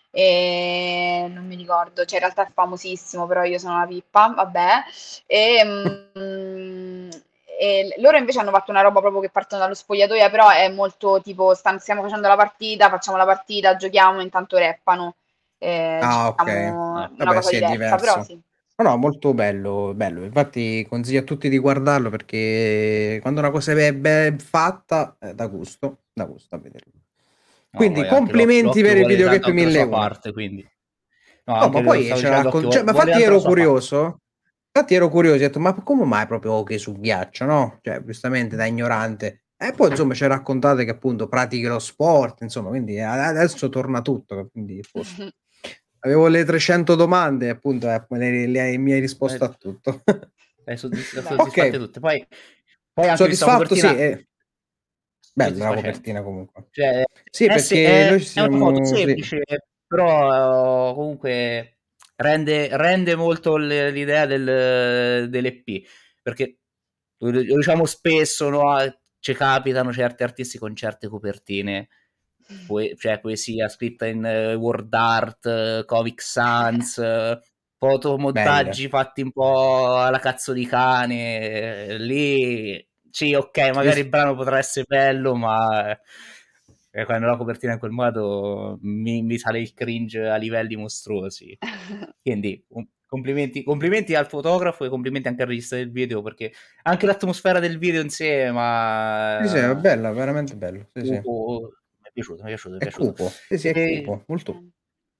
e non mi ricordo, cioè in realtà è famosissimo, però io sono una pippa, vabbè. E, mm, e loro invece hanno fatto una roba proprio che partono dallo spogliatoio, però è molto tipo stan- stiamo facendo la partita, facciamo la partita, giochiamo, intanto rappano. Eh, ah, okay. diciamo Ah, una Vabbè cosa sì, è diversa, però diverso. sì. No, no, molto bello, bello. Infatti consiglio a tutti di guardarlo perché quando una cosa è ben fatta, eh, dà gusto, dà gusto a vederlo. no, Quindi poi anche l'oc- complimenti l'occhio per il vuole tan- videoclip anche la mille e sua uno. parte, quindi. No, No, anche ma lo poi stavo ce dicendo, l'ha l'occhio raccon cioè, vuole, ma vuole infatti tanto la ero sua parte. curioso infatti ero curioso, ho detto: "Ma come mai proprio hockey su ghiaccio?" No, cioè giustamente da ignorante. E poi insomma ci ha raccontato che appunto pratichi lo sport, insomma, quindi a adesso torna tutto, quindi a posto. Avevo le trecento domande e appunto, eh, me le le hai mi hai risposto Eh, a tutto. Hai soddisf- Dai. soddisfatte Okay, tutte. Poi, poi anche visto la soddisfatto sì, copertina e bella la soddisfacente. copertina comunque. Cioè, Sì, è, se- perché è- noi ci è una foto siamo sì. semplice, però eh, comunque rende, rende molto l- l'idea del, dell'E P, perché lo, lo diciamo spesso, no? Ci capitano certi artisti con certe copertine, poe- cioè poesia scritta in eh, word art, eh, Comic Sans, eh, Belle. fotomontaggi fatti un po' alla cazzo di cane, eh, lì sì, ok, Sì, magari sì. il brano potrà essere bello, ma eh, quando la copertina in quel modo mi, mi sale il cringe a livelli mostruosi. Quindi um, complimenti, complimenti al fotografo e complimenti anche al regista del video, perché anche l'atmosfera del video insieme, Sì, sì, è ma bella, veramente bello. Sì, sì. cupo, mi è piaciuto, mi è piaciuto, mi è È piaciuto. cupo. Sì, sì, è E... cupo, molto. Bene.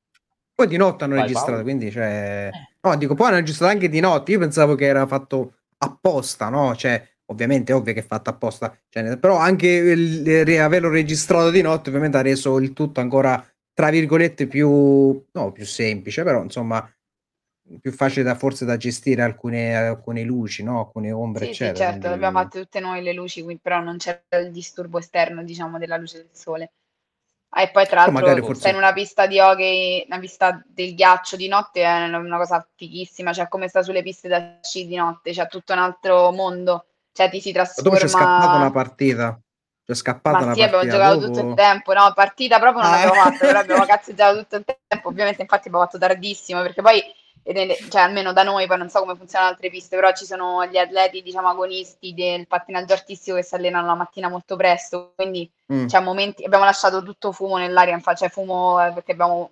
Poi di notte hanno Vai registrato, Paolo. quindi cioè Eh, no, dico poi hanno registrato anche di notte. Io pensavo che era fatto apposta, no, cioè ovviamente è ovvio che è fatto apposta, cioè ne però anche il re averlo registrato di notte ovviamente ha reso il tutto ancora, tra virgolette, più no, più semplice, però insomma più facile da forse da gestire alcune alcune luci, no, alcune ombre, Sì, sì, eccetera, certo, le abbiamo quindi fatte tutte noi le luci, qui però non c'era il disturbo esterno, diciamo, della luce del sole. Ah, e poi tra o magari l'altro stai in forse una pista di hockey, una pista del ghiaccio di notte è una, una cosa fighissima, cioè come sta sulle piste da sci di notte, c'è tutto un altro mondo, cioè ti si ma dopo c'è scappata una trasforma. partita. C'è Ma scappata una sì, abbiamo partita giocato tutto il dopo? tempo, no, partita proprio non Ah, l'abbiamo fatta, però abbiamo cazzeggiato tutto il tempo, ovviamente infatti abbiamo fatto tardissimo, perché poi, e nelle- cioè almeno da noi, poi non so come funzionano altre piste, però ci sono gli atleti, diciamo, agonisti del pattinaggio artistico che si allenano la mattina molto presto, quindi mh, c'è momenti, abbiamo lasciato tutto fumo nell'aria, infatti, cioè fumo eh, perché abbiamo,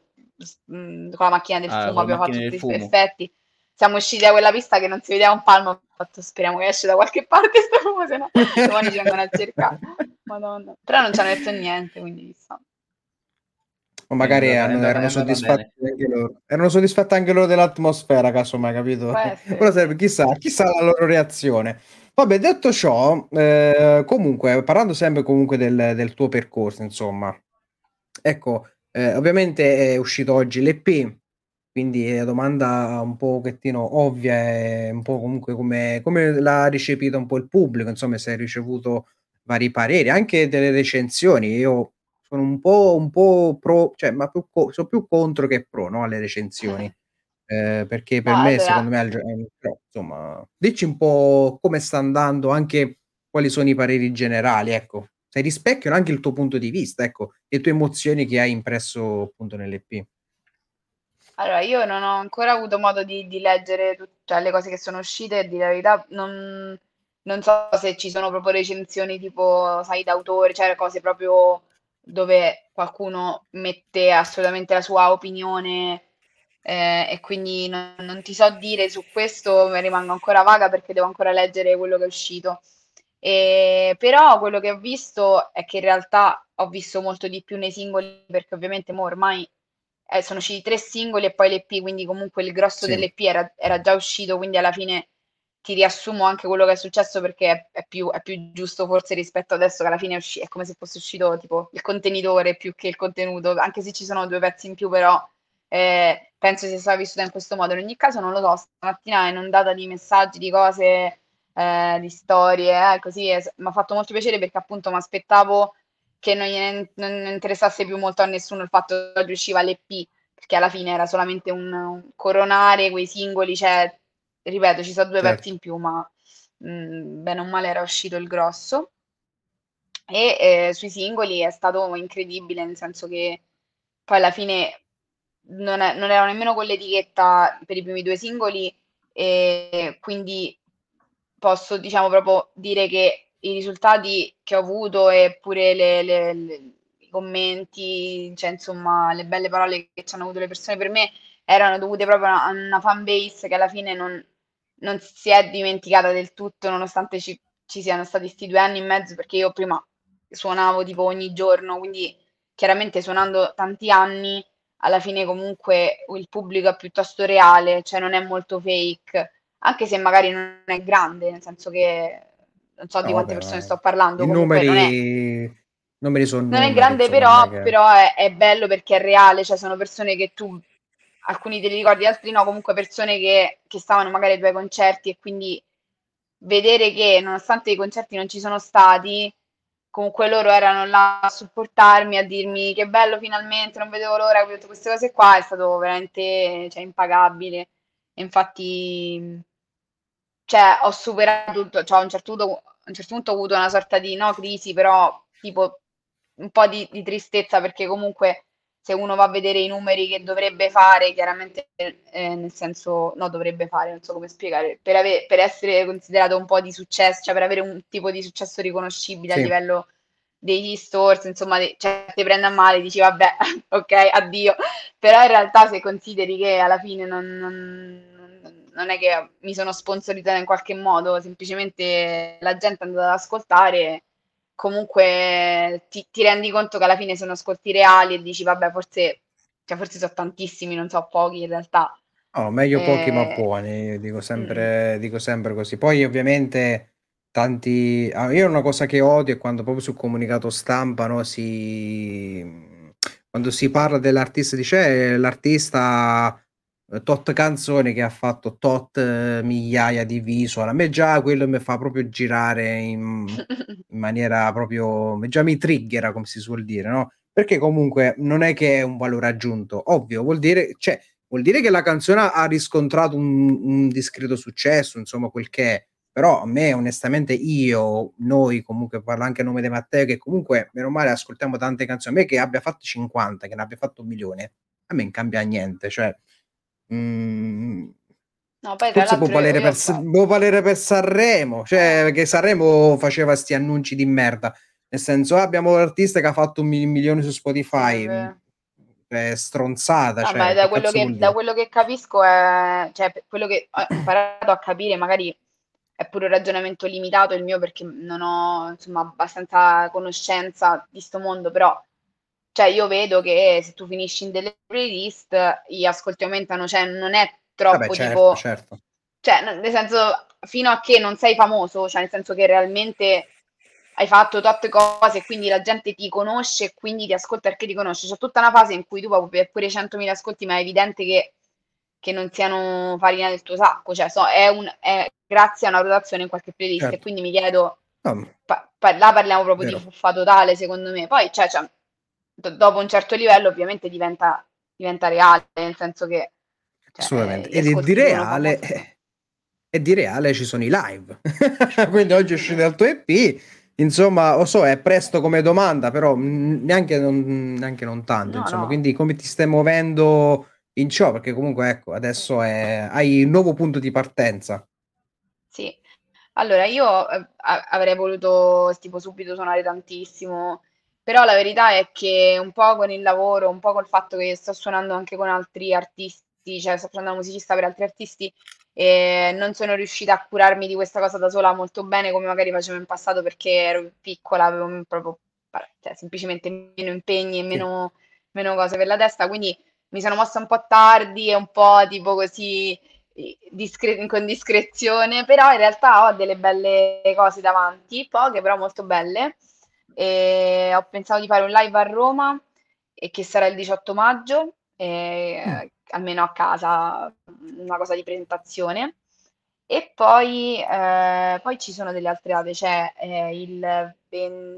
mh, con la macchina del ah, fumo con le abbiamo fatto macchine del tutti gli fumo. effetti, siamo usciti da quella pista che non si vedeva un palmo, ho fatto speriamo che esce da qualche parte sto fumo, se no domani ci vengono a cercare. Madonna. Però non ci hanno detto niente, quindi chissà. O Quindi magari va bene, è hanno andata, è erano andata soddisfatti bene. anche loro. Erano soddisfatti anche loro dell'atmosfera, casomai, Può capito? essere, Però sì. sarebbe chissà chissà la loro reazione. Vabbè, detto ciò, ehm, comunque, parlando sempre comunque del del tuo percorso, insomma, ecco, ehm, ovviamente è uscito oggi l'E P, quindi la domanda un pochettino ovvia è un po' comunque come come l'ha ricepita un po' il pubblico, insomma, se hai ricevuto vari pareri, anche delle recensioni. Io sono un po' un po' pro, cioè, ma più co so più contro che pro, no, alle recensioni. Ehm, perché No, per me, allora secondo me, al gio ehm, però insomma, dici un po' come sta andando, anche quali sono i pareri generali, ecco. Se rispecchiano anche il tuo punto di vista, ecco, le tue emozioni che hai impresso appunto nell'E P. allora, io non ho ancora avuto modo di, di leggere tut- cioè, le cose che sono uscite, e di la verità non, non so se ci sono proprio recensioni tipo, sai, d'autore, cioè cose proprio dove qualcuno mette assolutamente la sua opinione, eh, e quindi non, non ti so dire su questo, mi rimango ancora vaga perché devo ancora leggere quello che è uscito. E, però quello che ho visto è che in realtà ho visto molto di più nei singoli perché ovviamente mo ormai eh, sono usciti tre singoli e poi l'E P, quindi comunque il grosso Sì, dell'E P era, era già uscito, quindi alla fine ti riassumo anche quello che è successo perché è, è più, è più giusto forse rispetto adesso che alla fine è, usci- è come se fosse uscito tipo il contenitore più che il contenuto, anche se ci sono due pezzi in più, però eh, penso sia stata vissuta in questo modo. In ogni caso non lo so, stamattina è inondata di messaggi, di cose, eh, di storie, eh, così mi ha fatto molto piacere perché appunto mi aspettavo che non, gliene- non interessasse più molto a nessuno il fatto che oggi usciva l'E P, perché alla fine era solamente un, un coronare quei singoli, cioè, ripeto, ci sono due pezzi certo. in più, ma mh, bene o male era uscito il grosso. E eh, sui singoli è stato incredibile, nel senso che poi alla fine non, è- non ero nemmeno con l'etichetta per i primi due singoli, e quindi posso, diciamo, proprio dire che i risultati che ho avuto e pure le- le- le- i commenti, cioè insomma, le belle parole che ci hanno avuto le persone per me erano dovute proprio a una fan base che alla fine non, non si è dimenticata del tutto, nonostante ci, ci siano stati questi due anni e mezzo, perché io prima suonavo tipo ogni giorno, quindi chiaramente suonando tanti anni, alla fine comunque il pubblico è piuttosto reale, cioè non è molto fake, anche se magari non è grande, nel senso che non so No, di quante vabbè, persone ma sto parlando, i comunque non è, numeri numeri son non è numeri, grande, insomma, non è però, che però è, è bello perché è reale, cioè sono persone che tu, alcuni te li ricordi, altri no, comunque persone che, che stavano magari ai tuoi concerti e quindi vedere che nonostante i concerti non ci sono stati, comunque loro erano là a supportarmi, a dirmi che bello finalmente, non vedevo l'ora, che ho detto queste cose qua, è stato veramente, cioè, impagabile. E infatti, cioè, ho superato tutto, cioè, a un certo punto, a un certo punto ho avuto una sorta di, no, crisi, però tipo un po' di, di tristezza perché comunque se uno va a vedere i numeri che dovrebbe fare, chiaramente, eh, nel senso, no, dovrebbe fare, non so come spiegare, per, ave- per essere considerato un po' di successo, cioè per avere un tipo di successo riconoscibile a sì, livello degli stores, insomma, de- cioè, ti prende a male, dici vabbè, ok, addio, però in realtà se consideri che alla fine non, non- non è che mi sono sponsorizzata in qualche modo, semplicemente la gente è andata ad ascoltare, comunque ti, ti rendi conto che alla fine sono ascolti reali e dici vabbè, forse, cioè, forse sono tantissimi, non so, pochi in realtà. no, meglio pochi ma Eh, buoni, io dico mm, mm. sempre dico sempre così. Poi ovviamente tanti ah, io una cosa che odio è quando proprio sul comunicato stampa, no, si mhmm, quando si parla dell'artista dice: "Eh, l'artista, uhm, tot canzoni che ha fatto tot eh, migliaia di visual." A me già quello me fa proprio girare in in maniera proprio già mi triggera, come si suol dire, no, perché comunque non è che è un valore aggiunto. Ovvio, vuol dire cioè vuol dire che la canzone ha riscontrato un un discreto successo, insomma quel che è. Però a me onestamente io, noi comunque parlo anche a nome di Matteo, che comunque bene o male ascoltiamo tante canzoni, a me che abbia fatto cinquanta, che ne abbia fatto un milione, a me non cambia niente, cioè, mhmm, No, poi tra forse può l'altro io, valere per io S può valere per Sanremo, cioè eh, perché Sanremo faceva 'sti annunci di merda. Nel senso: "Ah, abbiamo l'artista che ha fatto un mi milione su sì, è Spotify." Mhmm, vero. è stronzata, No, ma cioè da che quello cazzo che, vuol da dire? quello che capisco è, cioè, per quello che ho imparato a capire, magari è pure un ragionamento limitato il mio perché non ho, insomma, abbastanza conoscenza di sto mondo, però cioè io vedo che se tu finisci in delle playlist, gli ascolti aumentano, cioè non è Vabbè, troppo certo, tipo, certo. cioè n- nel senso, fino a che non sei famoso, cioè nel senso che realmente hai fatto tot cose e quindi la gente ti conosce e quindi ti ascolta perché ti conosce. C'è tutta una fase in cui tu puoi avere pure centomila ascolti, ma è evidente che, che non siano farina del tuo sacco, cioè so, è, un, è grazie a una rotazione in qualche playlist e Certo. quindi mi chiedo, No, pa- pa- là parliamo proprio di vero. fuffa totale secondo me. Poi cioè, cioè, do- dopo un certo livello ovviamente diventa, diventa reale, nel senso che cioè, eh, Assolutamente. gli Ed è di ascolti di uno reale, famoso. eh, e di reale ci sono i live. Quindi oggi è uscito il tuo E P. Insomma, lo so, è presto come domanda, però mm, neanche non, neanche non tanto. No, Insomma, no, quindi come ti stai muovendo in ciò? Perché comunque, ecco, adesso è- hai un nuovo punto di partenza. sì. Allora, io eh, a- avrei voluto tipo subito suonare tantissimo, però la verità è che un po' con il lavoro, un po' col fatto che sto suonando anche con altri artisti, cioè sto facendo la musicista per altri artisti, e non sono riuscita a curarmi di questa cosa da sola molto bene come magari facevo in passato perché ero piccola, avevo proprio, cioè, semplicemente meno impegni e Sì. meno, meno cose per la testa, quindi mi sono mossa un po' tardi e un po' tipo così discre- con discrezione, però in realtà ho delle belle cose davanti, poche però molto belle. E ho pensato di fare un live a Roma e che sarà il diciotto maggio, Mm. eh, almeno a casa, una cosa di presentazione. E poi, eh, poi ci sono delle altre date, c'è eh, il ventuno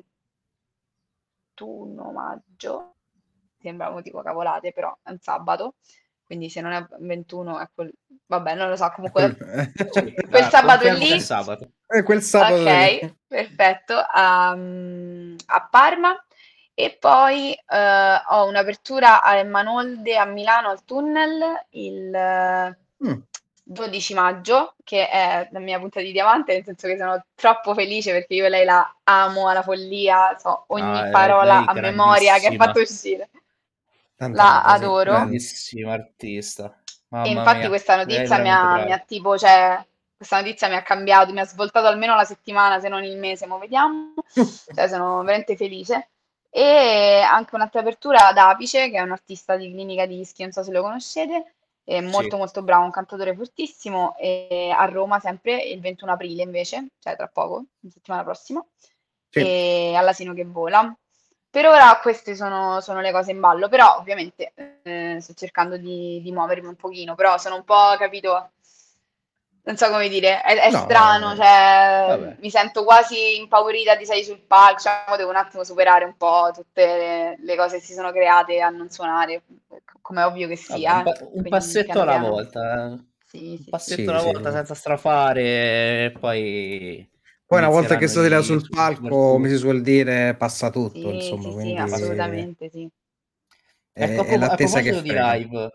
maggio, sembra un tipo cavolate, però è un sabato, quindi se non è ventuno è quel, vabbè, non lo so, È quel, comunque Sì, quel ah, sabato confermo che è lì, sabato. è quel sabato lì. ok, perfetto, a, a Parma. E poi eh, ho un'apertura a Emmanolde a Milano al Tunnel il eh, Mm. dodici maggio, che è la mia punta di diamante, nel senso che sono troppo felice perché io lei la amo alla follia, so ogni Ah, lei, parola lei a memoria che ha grandissima, fatto uscire. Tanta La roba, sì, adoro. bello. grandissima artista. E Mamma infatti mia, questa lei è notizia mi veramente ha, mi brava. ha tipo, cioè, questa notizia mi ha cambiato, mi ha svoltato almeno la settimana, se non il mese, mo vediamo. Cioè, sono veramente felice. E anche un'altra apertura ad Apice, che è un artista di clinica dischi, non so se lo conoscete, è molto Sì, molto bravo, un cantautore fortissimo, e a Roma sempre il ventuno aprile invece, cioè tra poco, la settimana prossima, Sì. e all'Asino che vola. Per ora queste sono, sono le cose in ballo, però ovviamente eh, sto cercando di, di muovermi un pochino, però sono un po', capito, non so come dire, è, è No, strano, eh, cioè vabbè. mi sento quasi impaurita di salire sul palco, cioè, devo un attimo superare un po' tutte le, le cose che si sono create a non suonare, come è ovvio che Vabbè, un, sia, pa- eh. un Quindi passetto piano alla piano, volta, eh. sì, Un sì, sì. passetto sì, alla sì. volta senza strafare, e poi Poi una volta che inizieranno stai là i sul su su per palco, giù. come si suol dire, passa tutto, Sì, insomma, sì, sì, quindi è, assolutamente sì. Ecco, a, è pro- a l'attesa che proposito di frega. live,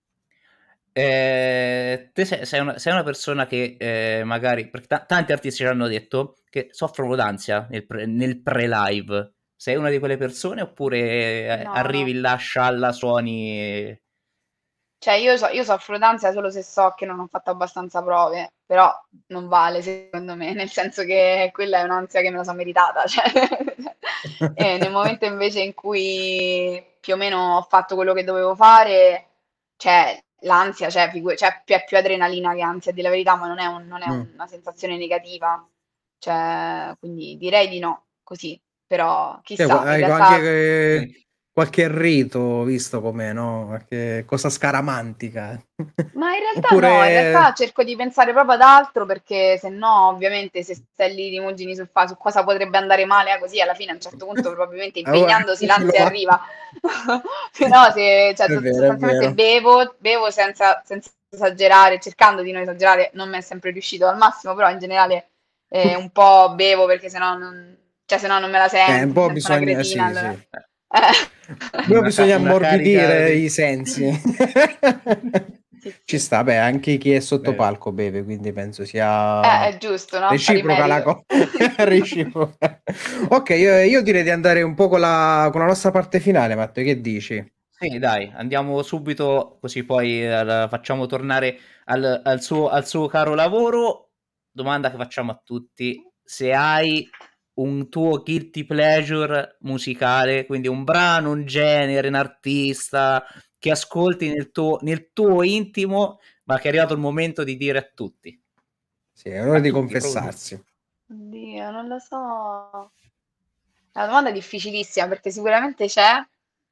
eh, te sei, sei una, sei una persona che eh, magari, perché ta- tanti artisti ci hanno detto che soffrono d'ansia nel, pre- nel pre-live. Sei una di quelle persone oppure eh, No, no. arrivi là, scialla, suoni e... Cioè, io, so, io soffro d'ansia solo se so che non ho fatto abbastanza prove, però non vale secondo me, nel senso che quella è un'ansia che me la sono meritata. Cioè. E nel momento invece in cui più o meno ho fatto quello che dovevo fare, cioè l'ansia, cioè, figu- cioè, più, è più adrenalina che ansia, a dire la verità, ma non è, un- non è Mm. una sensazione negativa. Cioè, quindi direi di no, così, però Cioè, qua- chissà, in hai anche realtà. eh, qualche rito, visto com'è, no? Qualche cosa scaramantica. Ma in realtà no, in realtà Oppure... cerco di pensare proprio ad altro perché se no, ovviamente, se stai lì rimugini sul fa- su cosa potrebbe andare male, eh, così alla fine a un certo punto probabilmente Ah, guarda, impegnandosi chi lo l'ansia fa? arriva. Però se, cioè, È so- vero, è sostanzialmente vero. bevo, bevo senza, senza esagerare, cercando di non esagerare, non mi è sempre riuscito al massimo, però in generale eh, un po' bevo perché sennò non, cioè, sennò non me la Eh, un sento, mi po' sento una bisogna, cretina. sì, Allora. sì. Però Una, ca- bisogna una carica ammorbidire di... i sensi. Sì, Ci sì. sta, beh, anche chi è sotto Vero. palco beve, quindi penso Eh, sia è giusto, no? Pari reciproca la merito. cosa. Reciproca. Ok, io, io direi di andare un po' con la, con la nostra parte finale, Matteo, che dici? Sì, dai, andiamo subito, così poi eh, la facciamo tornare al, al suo, al suo caro lavoro. Domanda che facciamo a tutti: se hai un tuo guilty pleasure musicale, quindi un brano, un genere, un artista che ascolti nel tuo, nel tuo intimo, ma che è arrivato il momento di dire a tutti. Sì, è ora A di tutti, confessarsi. Oddio, non lo so. La domanda è difficilissima perché sicuramente c'è,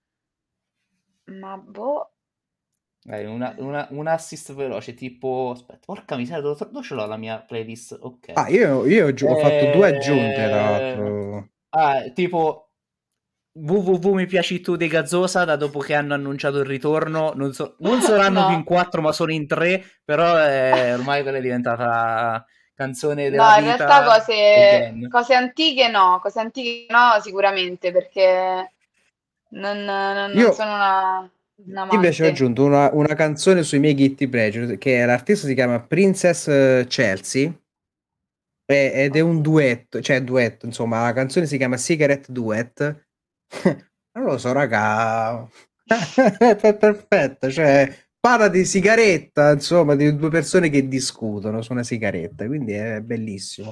ma boh. Dai, una, una- un assist veloce, tipo... Aspetta, porca miseria, dove, dove ce l'ho la mia playlist? Ok. Ah, io, io ho, aggiu- ho fatto due aggiunte, tra Eh, l'altro. ah, tipo www mi piaci tu dei Gazzosa, da dopo che hanno annunciato il ritorno, non, so, non saranno più in No. quattro ma sono in tre, però eh, ormai quella è diventata canzone della No, in realtà vita e cose, Gen. cose antiche no, cose antiche no, sicuramente perché non, non- non Io sono una, un invece ho amante. aggiunto una, una canzone sui miei guilty pleasure, che l'artista si chiama Princess eh, Chelsea, e- ed è un Oddio. duetto, cioè duetto, insomma, la canzone si chiama Cigarette Duet. Non lo so, raga, è perfetto, cioè parla di sigaretta, insomma, di due persone che discutono su una sigaretta, quindi è bellissimo.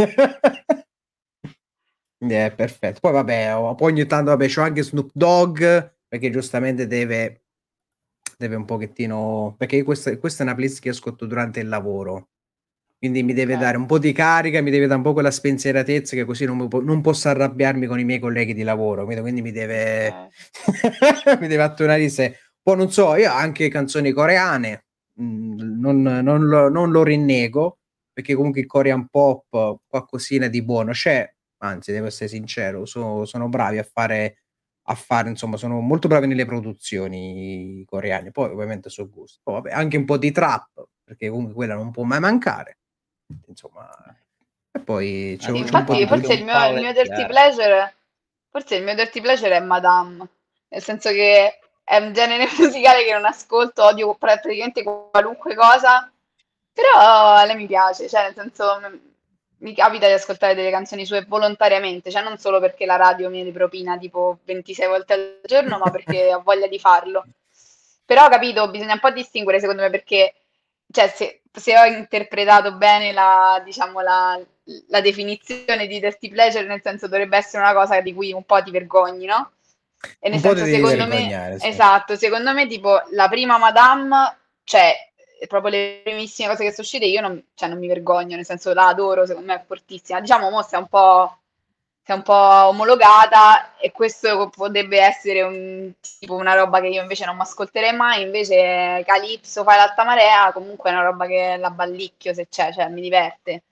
Quindi è perfetto. Poi vabbè, ho- poi ogni tanto vabbè, c'ho anche Snoop Dogg, perché giustamente deve, deve un pochettino, perché io questa, questa è una playlist che ascolto durante il lavoro. Quindi mi deve Ok, dare un po' di carica, mi deve dare un po' quella spensieratezza che così non, mi po- non posso arrabbiarmi con i miei colleghi di lavoro. Quindi, quindi mi deve, ok. mi deve attonare di sé. Poi non so, io ho anche canzoni coreane, mh, non, non lo, non lo rinnego, perché comunque il Korean pop qualcosina di buono c'è, anzi, devo essere sincero, so- sono bravi a fare, a fare, insomma, sono molto bravi nelle produzioni i coreani. Poi ovviamente su gusto. Poi, vabbè, anche un po' di trap, perché comunque quella non può mai mancare. Insomma, e poi c'è, Anche c'è un, un po' pa- di Infatti, anche forse tutto. il un mio, il Paolo mio N dirty T R. pleasure, forse il mio dirty pleasure è Madame, nel senso che è un genere musicale che non ascolto, odio pra- praticamente qualunque cosa, però a lei mi piace, cioè nel senso m- mi capita di ascoltare delle canzoni sue volontariamente, cioè non solo perché la radio mi ripropina tipo ventisei volte al giorno, ma perché ho voglia di farlo. Però ho capito, bisogna un po' distinguere secondo me perché cioè, se, se ho interpretato bene la, diciamo, la, la definizione di dirty pleasure, nel senso dovrebbe essere una cosa di cui un po' ti vergogni, no? E nel Un po' ti senso, devi secondo me, vergognare, sì. esatto, secondo me, tipo, la prima Madame, cioè, proprio le primissime cose che sono uscite, io non, cioè, non mi vergogno, nel senso, la adoro, secondo me è fortissima. Diciamo, mo sta un po', sta un po' omologata e questo potrebbe essere un, tipo una roba che io invece non mi ascolterei mai, invece Calypso, fai l'alta marea, comunque è una roba che la ballicchio se c'è, cioè mi diverte.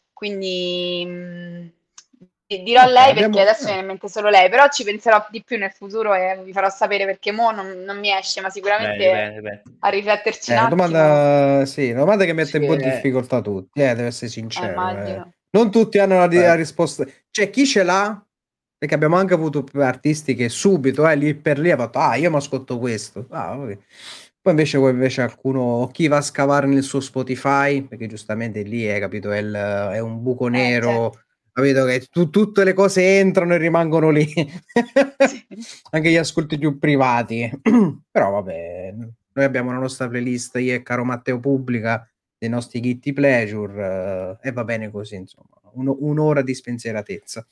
Quindi mh, di- dirò Ok, lei perché abbiamo... adesso mi eh, viene in mente solo lei, però ci penserò di più nel futuro e vi farò sapere perché mo non, non mi esce, ma Bene, sicuramente bene, bene. a rifletterci è un una attimo, domanda, sì, una domanda che mette Sì, un po' in eh, difficoltà tutti, eh, devo essere eh, sincero. eh. immagino. Non tutti hanno la, beh, la risposta. C'è chi ce l'ha, perché abbiamo anche avuto artisti che subito, eh, lì per lì, ha fatto, ah, io mi ascolto questo. Ah, ok. Poi invece, poi invece qualcuno, chi va a scavare nel suo Spotify, perché giustamente lì è, capito, è, il- è un buco Eh, certo. nero, capito, che tu- tutte le cose entrano e rimangono lì. Sì. Anche gli ascolti più privati. Però vabbè, noi abbiamo la nostra playlist, io e caro Matteo Pubblica, dei nostri guilty pleasure, eh, e va bene così, insomma. Uno- un'ora di spensieratezza.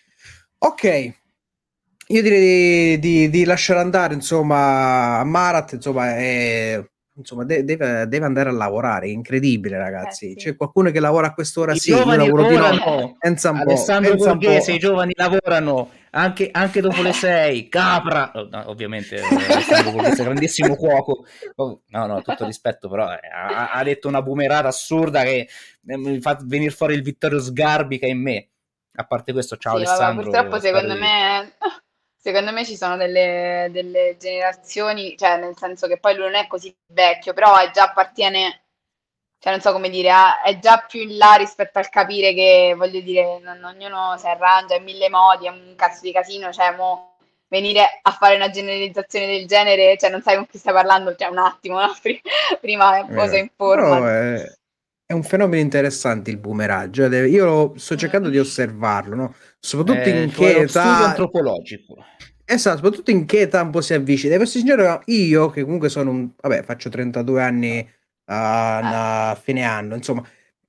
Ok, io direi di, di- di lasciare andare, insomma, a Marat, insomma, è- insomma de- deve, deve andare a lavorare, è incredibile, Eh ragazzi. sì. C'è qualcuno che lavora a quest'ora, i sì, io giovani lavoro di notte. lavorano, Pensa un po', Alessandro pensa un Borghese, po'. i giovani lavorano anche, anche dopo le sei, capra! Oh, no, ovviamente eh, Alessandro Borghese, grandissimo cuoco. Oh, no, no, tutto rispetto, però eh, ha, ha detto una boomerata assurda che eh, mi fa venire fuori il Vittorio Sgarbi che è in me. A parte questo, ciao Sì, vabbè, Alessandro, purtroppo spero secondo di... me, secondo me ci sono delle, delle generazioni, cioè nel senso che poi lui non è così vecchio, però è già appartiene, cioè non so come dire, ha- è già più in là rispetto al capire che, voglio dire, non- ognuno si arrangia in mille modi, è un cazzo di casino, cioè mo venire a fare una generalizzazione del genere, cioè non sai con chi stai parlando, cioè un attimo, no? Pri- Prima È posa vero. in Però forma. è, è un fenomeno interessante il boomeraggio. ed è- Io lo- sto cercando Mm. di osservarlo, no? Soprattutto Eh, in ci vuole che uno studio età. antropologico. Esatto, soprattutto in che età un po' si avvicina. Devo essere sincero, io che comunque sono un... Vabbè, faccio trentadue anni a, Eh, a fine anno, insomma.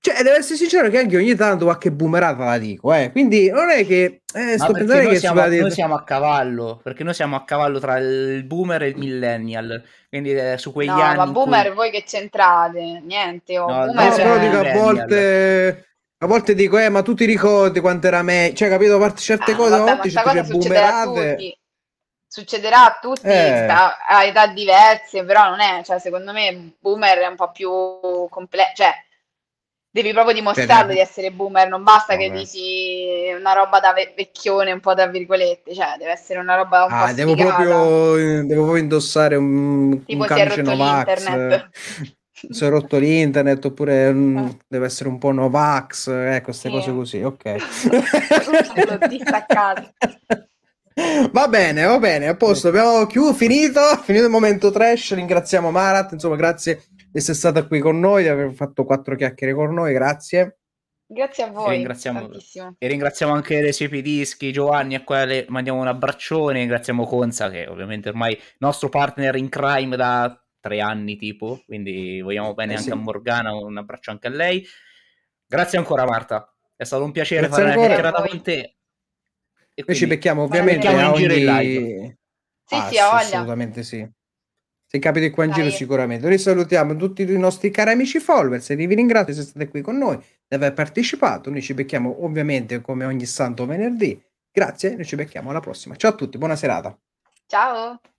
Cioè, devo essere sincero che anche ogni tanto qualche boomerata la dico, eh. Quindi non è che eh, Ma sto perché pensando noi che si siamo, va noi di... siamo a cavallo, perché noi siamo a cavallo tra il boomer e il millennial, quindi eh, su quegli No, ma anni in cui... boomer voi che c'entrate? Niente, oh, No, noi No, boomer... siamo però dico eh, a millennial. volte... A volte dico, eh, ma tu ti ricordi quanto era me... Cioè, capito? A parte certe Ah, cose, a vabbè, ma volte sta certe cosa cioè, succederà a boomerate... tutti, succederà a tutti Eh, a, a età diverse, però non è, cioè, secondo me boomer è un po' più complesso, cioè, devi proprio cioè, dimostrarlo di ne- essere boomer, non basta che vabbè. dici una roba da ve- vecchione, un po' tra virgolette, cioè, deve essere una roba un po' Ah, devo sfigata, proprio, devo proprio indossare un, un tipo si è camice rotto Novax, eh, l'internet. si è rotto l'internet, oppure mm, Eh. deve essere un po' Novax, ecco, queste Sì, cose così, ok. tutto distaccato. Va bene, va bene, a posto, abbiamo chiuso, finito, finito il momento trash, ringraziamo Marat, insomma, grazie di essere stata qui con noi, di aver fatto quattro chiacchiere con noi, grazie. Grazie a E voi, ringraziamo, tantissimo. e ringraziamo anche le Siepi Dischi, Giovanni, a quale mandiamo un abbraccione. Ringraziamo Conza, che ovviamente ormai nostro partner in crime da tre anni, tipo. Quindi vogliamo bene Eh anche sì. a Morgana. Un abbraccio anche a lei. Grazie ancora, Marta. È stato un piacere Grazie fare una Grazie a ancora. chiacchierata voi. con te. E Noi ci quindi becchiamo Buona ci becchiamo ovviamente a in serata. giro in live. ogni... Sì, Ah, sì, ha sì, voglia. assolutamente sì. Se capita qua in giro Dai, sicuramente. Noi salutiamo tutti i nostri cari amici followers e vi ringrazio di essere stati qui con noi, di aver partecipato. Noi ci becchiamo ovviamente come ogni santo venerdì. Grazie, noi ci becchiamo alla prossima. Ciao a tutti, buona serata. ciao.